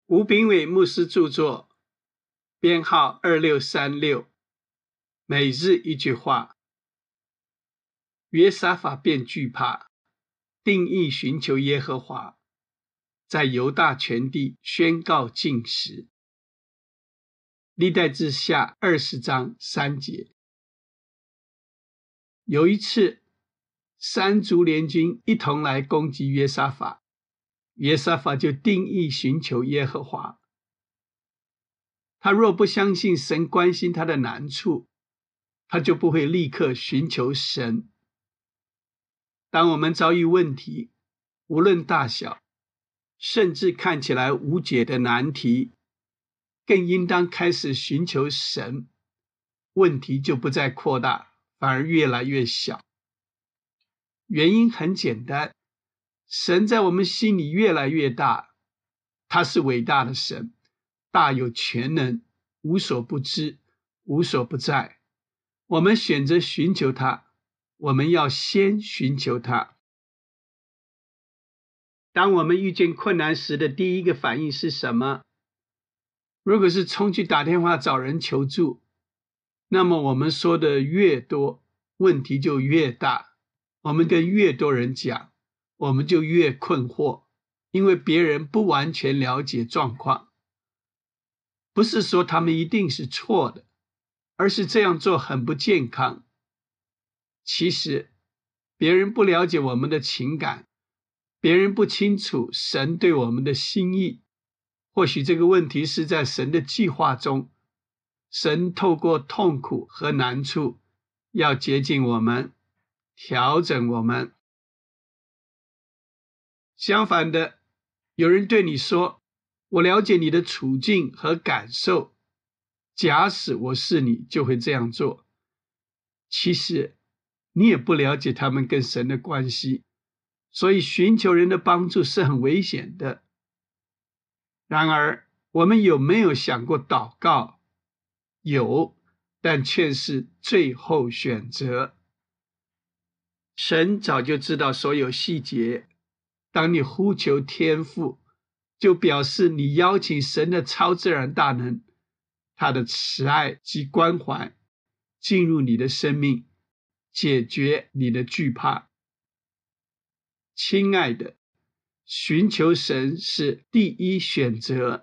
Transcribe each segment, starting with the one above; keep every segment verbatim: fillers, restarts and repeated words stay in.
吴炳伟牧师著作，编号二六三六，每日一句话。约沙法便惧怕，定义寻求耶和华，在犹大全地宣告禁食。历代志下二十章三节。有一次，三族联军一同来攻击约沙法，约沙法就定义寻求耶和华。他若不相信神关心他的难处，他就不会立刻寻求神。当我们遭遇问题，无论大小，甚至看起来无解的难题，更应当开始寻求神，问题就不再扩大，反而越来越小。原因很简单，神在我们心里越来越大，他是伟大的神，大有全能，无所不知，无所不在。我们选择寻求他，我们要先寻求他。当我们遇见困难时的第一个反应是什么？如果是冲去打电话找人求助，那么我们说的越多，问题就越大。我们跟越多人讲，我们就越困惑，因为别人不完全了解状况。不是说他们一定是错的，而是这样做很不健康。其实，别人不了解我们的情感，别人不清楚神对我们的心意。或许这个问题是在神的计划中，神透过痛苦和难处，要接近我们，调整我们。相反的，有人对你说，我了解你的处境和感受，假使我是你，就会这样做。其实，你也不了解他们跟神的关系，所以寻求人的帮助是很危险的。然而，我们有没有想过祷告？有，但却是最后选择。神早就知道所有细节，当你呼求天父，就表示你邀请神的超自然大能，他的慈爱及关怀进入你的生命，解决你的惧怕。亲爱的，寻求神是第一选择。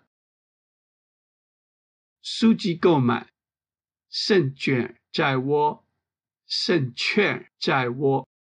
书籍购买，胜券在握，胜券在握。